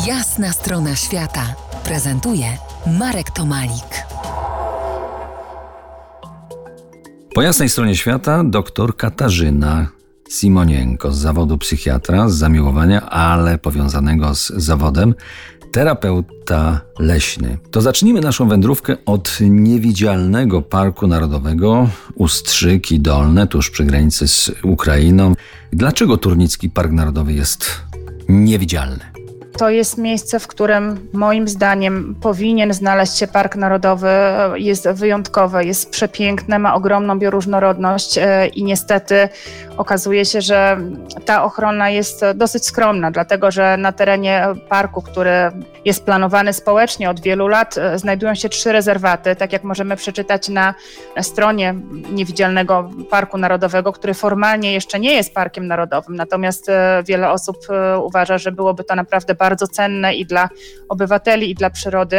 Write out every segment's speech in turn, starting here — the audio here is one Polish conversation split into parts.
Jasna strona świata prezentuje Marek Tomalik. Po jasnej stronie świata dr Katarzyna Simonienko z zawodu psychiatra, z zamiłowania, ale powiązanego z zawodem, terapeuta leśny. To zacznijmy naszą wędrówkę od niewidzialnego Parku Narodowego Ustrzyki Dolne, tuż przy granicy z Ukrainą. Dlaczego Turnicki Park Narodowy jest niewidzialny? To jest miejsce, w którym moim zdaniem powinien znaleźć się Park Narodowy. Jest wyjątkowe, jest przepiękne, ma ogromną bioróżnorodność i niestety okazuje się, że ta ochrona jest dosyć skromna, dlatego że na terenie parku, który jest planowany społecznie od wielu lat, znajdują się 3 rezerwaty, tak jak możemy przeczytać na stronie Niewidzialnego Parku Narodowego, który formalnie jeszcze nie jest parkiem narodowym, natomiast wiele osób uważa, że byłoby to naprawdę bardzo cenne i dla obywateli, i dla przyrody.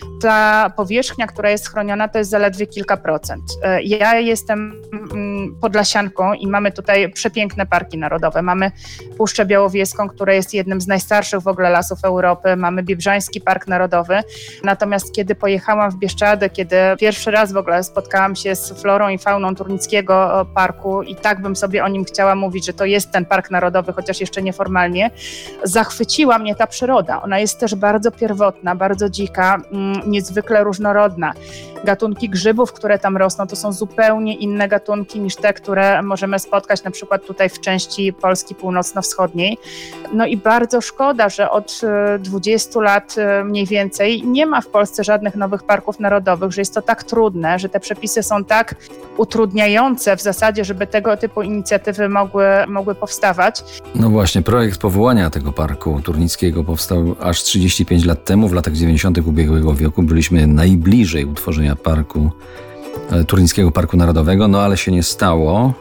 Ta powierzchnia, która jest chroniona, to jest zaledwie kilka procent. Ja jestem podlasianką i mamy tutaj przepiękne parki narodowe. Mamy Puszczę Białowieską, która jest jednym z najstarszych w ogóle lasów Europy. Mamy Biebrzański Park Narodowy. Natomiast kiedy pojechałam w Bieszczady, kiedy pierwszy raz w ogóle spotkałam się z florą i fauną Turnickiego Parku i tak bym sobie o nim chciała mówić, że to jest ten Park Narodowy, chociaż jeszcze nieformalnie, zachwyciła mnie ta przyroda. Ona jest też bardzo pierwotna, bardzo dzika, niezwykle różnorodna. Gatunki grzybów, które tam rosną, to są zupełnie inne gatunki niż te, które możemy spotkać na przykład tutaj w części Polski północno-wschodniej. No i bardzo szkoda, że od 20 lat mniej więcej nie ma w Polsce żadnych nowych parków narodowych, że jest to tak trudne, że te przepisy są tak utrudniające w zasadzie, żeby tego typu inicjatywy mogły powstawać. No właśnie, projekt powołania tego parku turnickiego powstał aż 35 lat temu, w latach 90. ubiegłego wieku. Byliśmy najbliżej utworzenia Turnickiego Parku Narodowego, no ale się nie stało.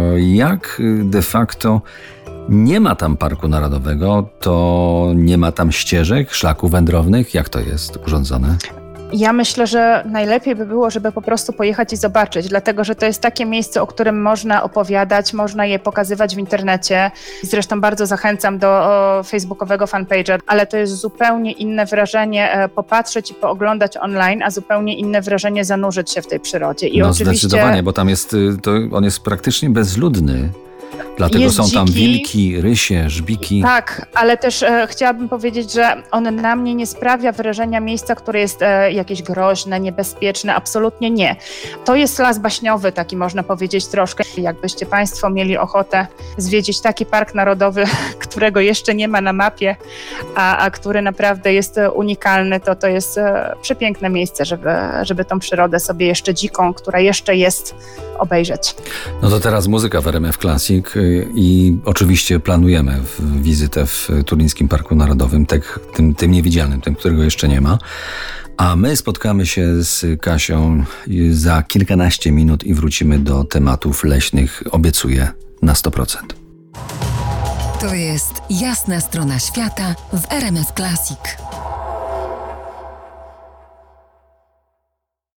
Jak de facto nie ma tam Parku Narodowego, to nie ma tam ścieżek, szlaków wędrownych? Jak to jest urządzone? Ja myślę, że najlepiej by było, żeby po prostu pojechać i zobaczyć, dlatego że to jest takie miejsce, o którym można opowiadać, można je pokazywać w internecie. Zresztą bardzo zachęcam do facebookowego fanpage'a, ale to jest zupełnie inne wrażenie popatrzeć i pooglądać online, a zupełnie inne wrażenie zanurzyć się w tej przyrodzie. I no oczywiście zdecydowanie, bo tam jest, on jest praktycznie bezludny. Dlatego są tam wilki, rysie, żbiki. Tak, ale też chciałabym powiedzieć, że on na mnie nie sprawia wrażenia miejsca, które jest jakieś groźne, niebezpieczne. Absolutnie nie. To jest las baśniowy, taki można powiedzieć troszkę. Jakbyście Państwo mieli ochotę zwiedzić taki park narodowy, którego jeszcze nie ma na mapie, a który naprawdę jest unikalny, to jest przepiękne miejsce, żeby tą przyrodę sobie jeszcze dziką, która jeszcze jest, obejrzeć. No to teraz muzyka w RMF Classic i oczywiście planujemy wizytę w Turnickim Parku Narodowym, tym niewidzialnym, tym, którego jeszcze nie ma. A my spotkamy się z Kasią za kilkanaście minut i wrócimy do tematów leśnych, obiecuję, na 100%. To jest Jasna strona świata w RMF Classic.